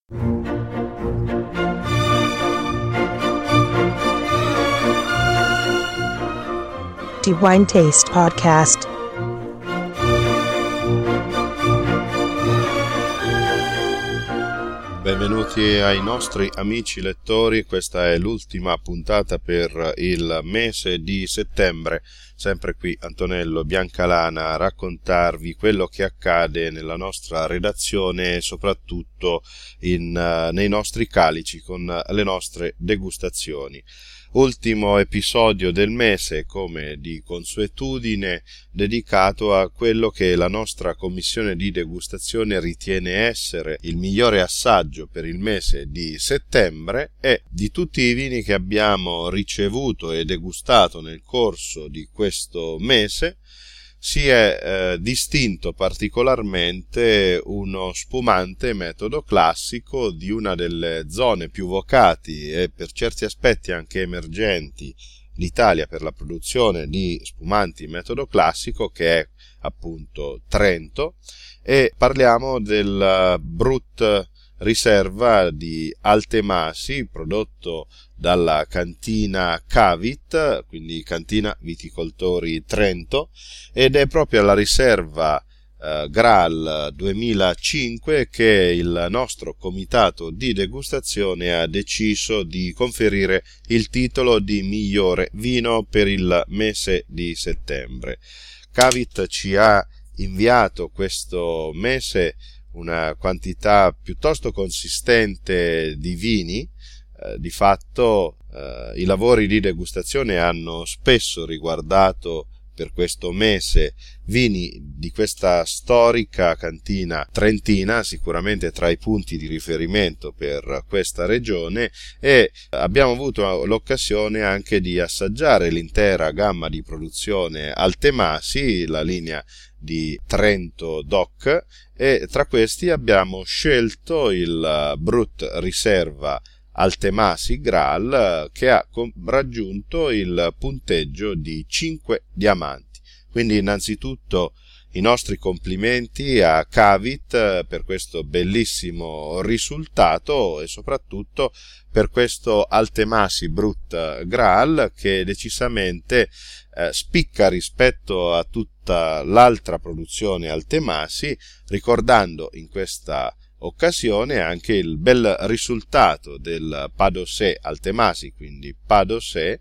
The Wine Taste Podcast. Benvenuti ai nostri amici lettori, questa è l'ultima puntata per il mese di settembre, sempre qui Antonello Biancalana a raccontarvi quello che accade nella nostra redazione e soprattutto nei nostri calici con le nostre degustazioni. Ultimo episodio del mese, come di consuetudine, dedicato a quello che la nostra commissione di degustazione ritiene essere il migliore assaggio per il mese di settembre, e di tutti i vini che abbiamo ricevuto e degustato nel corso di questo mese si è distinto particolarmente uno spumante metodo classico di una delle zone più vocati e per certi aspetti anche emergenti d'Italia per la produzione di spumanti metodo classico, che è appunto Trento, e parliamo del Brut Riserva di Altemasi, prodotto dalla cantina Cavit, quindi cantina Viticoltori Trento, ed è proprio alla riserva Graal 2005 che il nostro comitato di degustazione ha deciso di conferire il titolo di migliore vino per il mese di settembre. Cavit ci ha inviato questo mese una quantità piuttosto consistente di vini. Di fatto i lavori di degustazione hanno spesso riguardato per questo mese vini di questa storica cantina trentina, sicuramente tra i punti di riferimento per questa regione, e abbiamo avuto l'occasione anche di assaggiare l'intera gamma di produzione Altemasi, la linea di Trento DOC, e tra questi abbiamo scelto il Brut Riserva Altemasi Graal, che ha raggiunto il punteggio di 5 diamanti. Quindi innanzitutto i nostri complimenti a Cavit per questo bellissimo risultato e soprattutto per questo Altemasi Brut Graal, che decisamente spicca rispetto a tutta l'altra produzione Altemasi, ricordando in questa occasione anche il bel risultato del Padosè Altemasi, quindi Padosè,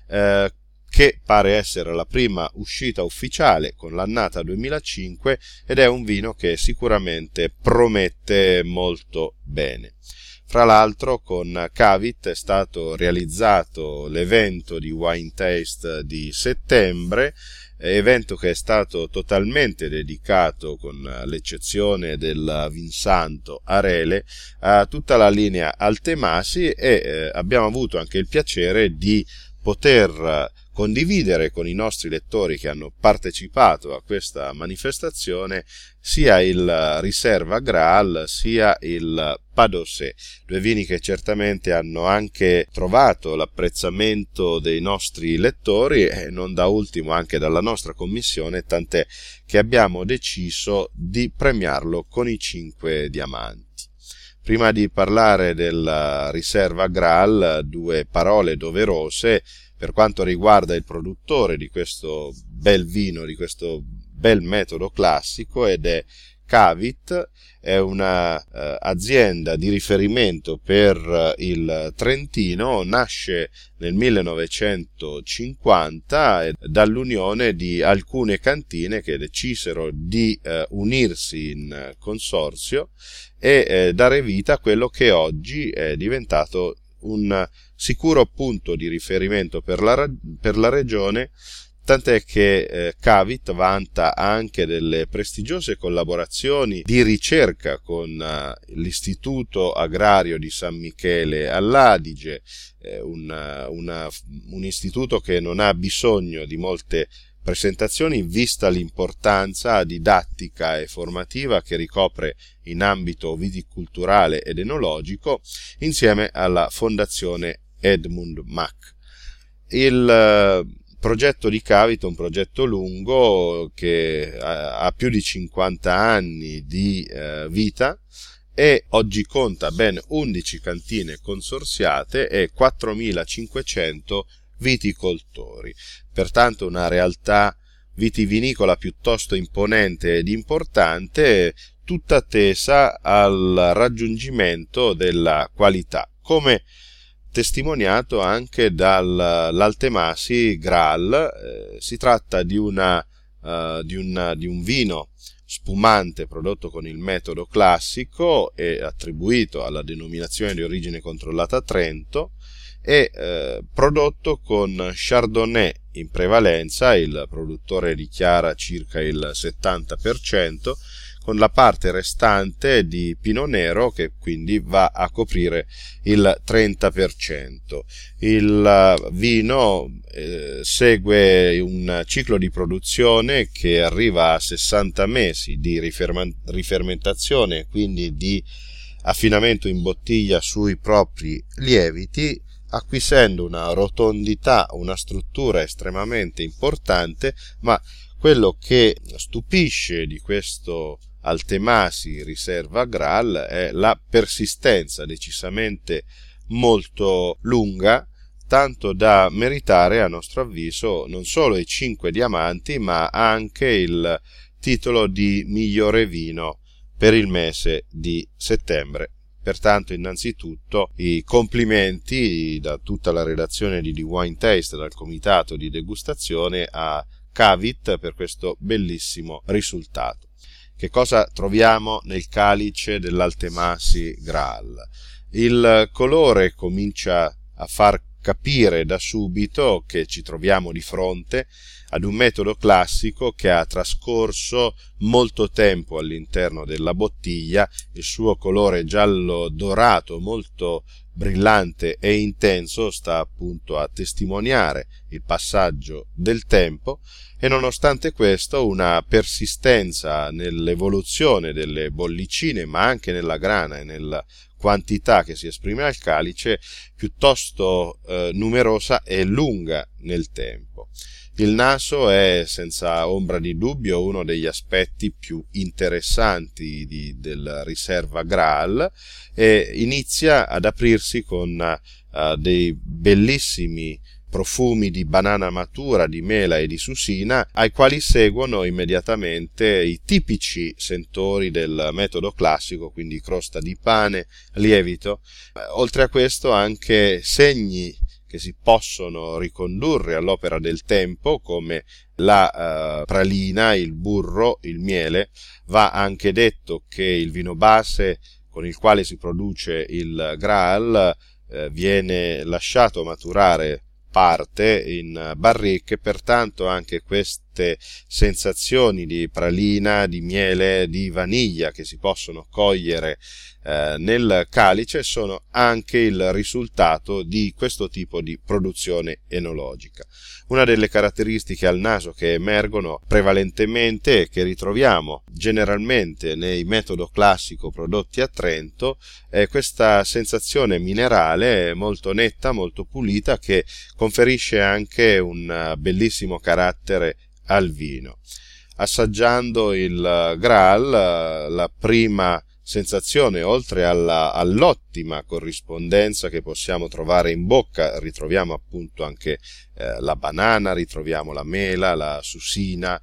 che pare essere la prima uscita ufficiale con l'annata 2005 ed è un vino che sicuramente promette molto bene. Fra l'altro con Cavit è stato realizzato l'evento di Wine Taste di settembre, evento che è stato totalmente dedicato, con l'eccezione del Vinsanto Arele, a tutta la linea Altemasi, e abbiamo avuto anche il piacere di poter condividere con i nostri lettori che hanno partecipato a questa manifestazione sia il Riserva Graal sia il Padosè, due vini che certamente hanno anche trovato l'apprezzamento dei nostri lettori e non da ultimo anche dalla nostra commissione, tant'è che abbiamo deciso di premiarlo con i 5 diamanti. Prima di parlare del Riserva Graal, due parole doverose per quanto riguarda il produttore di questo bel vino, di questo bel metodo classico, ed è Cavit. È una azienda di riferimento per il Trentino, nasce nel 1950 dall'unione di alcune cantine che decisero di unirsi in consorzio e dare vita a quello che oggi è diventato un sicuro punto di riferimento per la regione, tant'è che Cavit vanta anche delle prestigiose collaborazioni di ricerca con l'Istituto Agrario di San Michele all'Adige, un istituto che non ha bisogno di molte presentazioni vista l'importanza didattica e formativa che ricopre in ambito viticulturale ed enologico, insieme alla Fondazione Edmund Mack. Il progetto di Cavit è un progetto lungo che ha più di 50 anni di vita e oggi conta ben 11 cantine consorziate e 4.500 viticoltori. Pertanto una realtà vitivinicola piuttosto imponente ed importante, tutta tesa al raggiungimento della qualità, come testimoniato anche dall'Altemasi Graal. Si tratta di un vino spumante prodotto con il metodo classico e attribuito alla denominazione di origine controllata Trento, e prodotto con Chardonnay in prevalenza. Il produttore dichiara circa il 70%, con la parte restante di Pinot Nero che quindi va a coprire il 30%. Il vino segue un ciclo di produzione che arriva a 60 mesi di rifermentazione, quindi di affinamento in bottiglia sui propri lieviti, acquisendo una rotondità, una struttura estremamente importante. Ma quello che stupisce di questo Altemasi Riserva Graal è la persistenza decisamente molto lunga, tanto da meritare, a nostro avviso, non solo i 5 diamanti, ma anche il titolo di migliore vino per il mese di settembre. Pertanto, innanzitutto, i complimenti da tutta la redazione di The Wine Taste, dal comitato di degustazione, a Cavit per questo bellissimo risultato. Che cosa troviamo nel calice dell'Altemasi Graal? Il colore comincia a far capire da subito che ci troviamo di fronte ad un metodo classico che ha trascorso molto tempo all'interno della bottiglia. Il suo colore giallo dorato molto brillante e intenso sta appunto a testimoniare il passaggio del tempo, e nonostante questo una persistenza nell'evoluzione delle bollicine, ma anche nella grana e nella quantità che si esprime al calice, piuttosto numerosa e lunga nel tempo. Il naso è senza ombra di dubbio uno degli aspetti più interessanti del Riserva Graal, e inizia ad aprirsi con dei bellissimi profumi di banana matura, di mela e di susina, ai quali seguono immediatamente i tipici sentori del metodo classico, quindi crosta di pane, lievito. Oltre a questo anche segni che si possono ricondurre all'opera del tempo, come la pralina, il burro, il miele. Va anche detto che il vino base con il quale si produce il Graal viene lasciato maturare parte in barrique, pertanto anche queste sensazioni di pralina, di miele, di vaniglia che si possono cogliere nel calice sono anche il risultato di questo tipo di produzione enologica. Una delle caratteristiche al naso che emergono prevalentemente e che ritroviamo generalmente nei metodo classico prodotti a Trento è questa sensazione minerale molto netta, molto pulita, che conferisce anche un bellissimo carattere al vino. Assaggiando il Graal, la prima sensazione, oltre all'ottima corrispondenza che possiamo trovare in bocca, ritroviamo appunto anche la banana, ritroviamo la mela, la susina,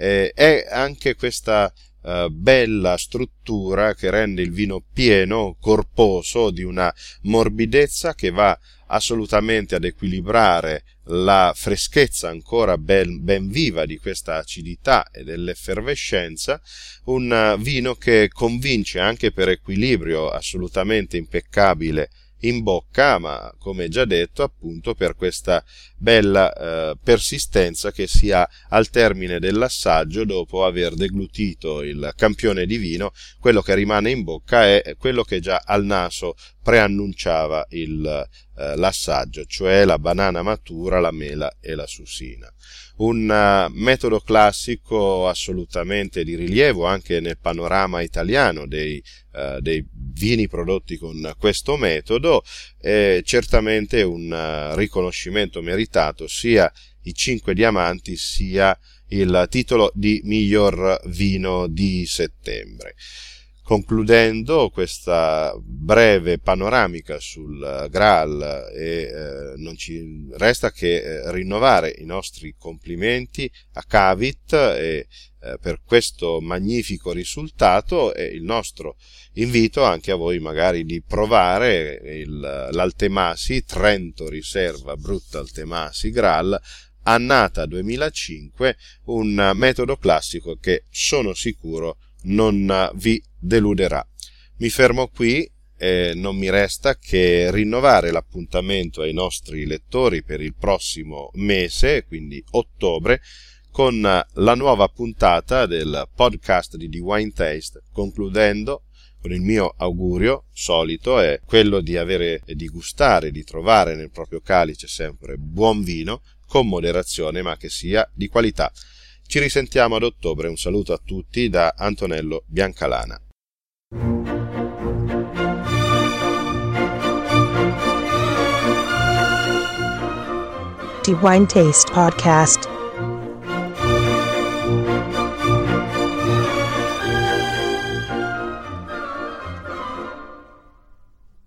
e anche questa bella struttura che rende il vino pieno, corposo, di una morbidezza che va assolutamente ad equilibrare la freschezza ancora ben viva di questa acidità e dell'effervescenza. Un vino che convince anche per equilibrio assolutamente impeccabile in bocca, ma come già detto appunto per questa bella persistenza che si ha al termine dell'assaggio. Dopo aver deglutito il campione di vino, quello che rimane in bocca è quello che già al naso preannunciava l'assaggio, cioè la banana matura, la mela e la susina. Un metodo classico assolutamente di rilievo anche nel panorama italiano dei vini prodotti con questo metodo, certamente un riconoscimento meritato, sia i 5 diamanti sia il titolo di miglior vino di settembre. Concludendo questa breve panoramica sul Graal, non ci resta che rinnovare i nostri complimenti a Cavit per questo magnifico risultato, e il nostro invito anche a voi magari di provare l'Altemasi Trento Riserva Brut Altemasi Graal annata 2005, un metodo classico che sono sicuro non vi deluderà. Mi fermo qui e non mi resta che rinnovare l'appuntamento ai nostri lettori per il prossimo mese, quindi ottobre, con la nuova puntata del podcast di Wine Taste, concludendo con il mio augurio solito, è quello di avere e di gustare, di trovare nel proprio calice sempre buon vino, con moderazione, ma che sia di qualità. Ci risentiamo ad ottobre. Un saluto a tutti da Antonello Biancalana. The Wine Taste Podcast.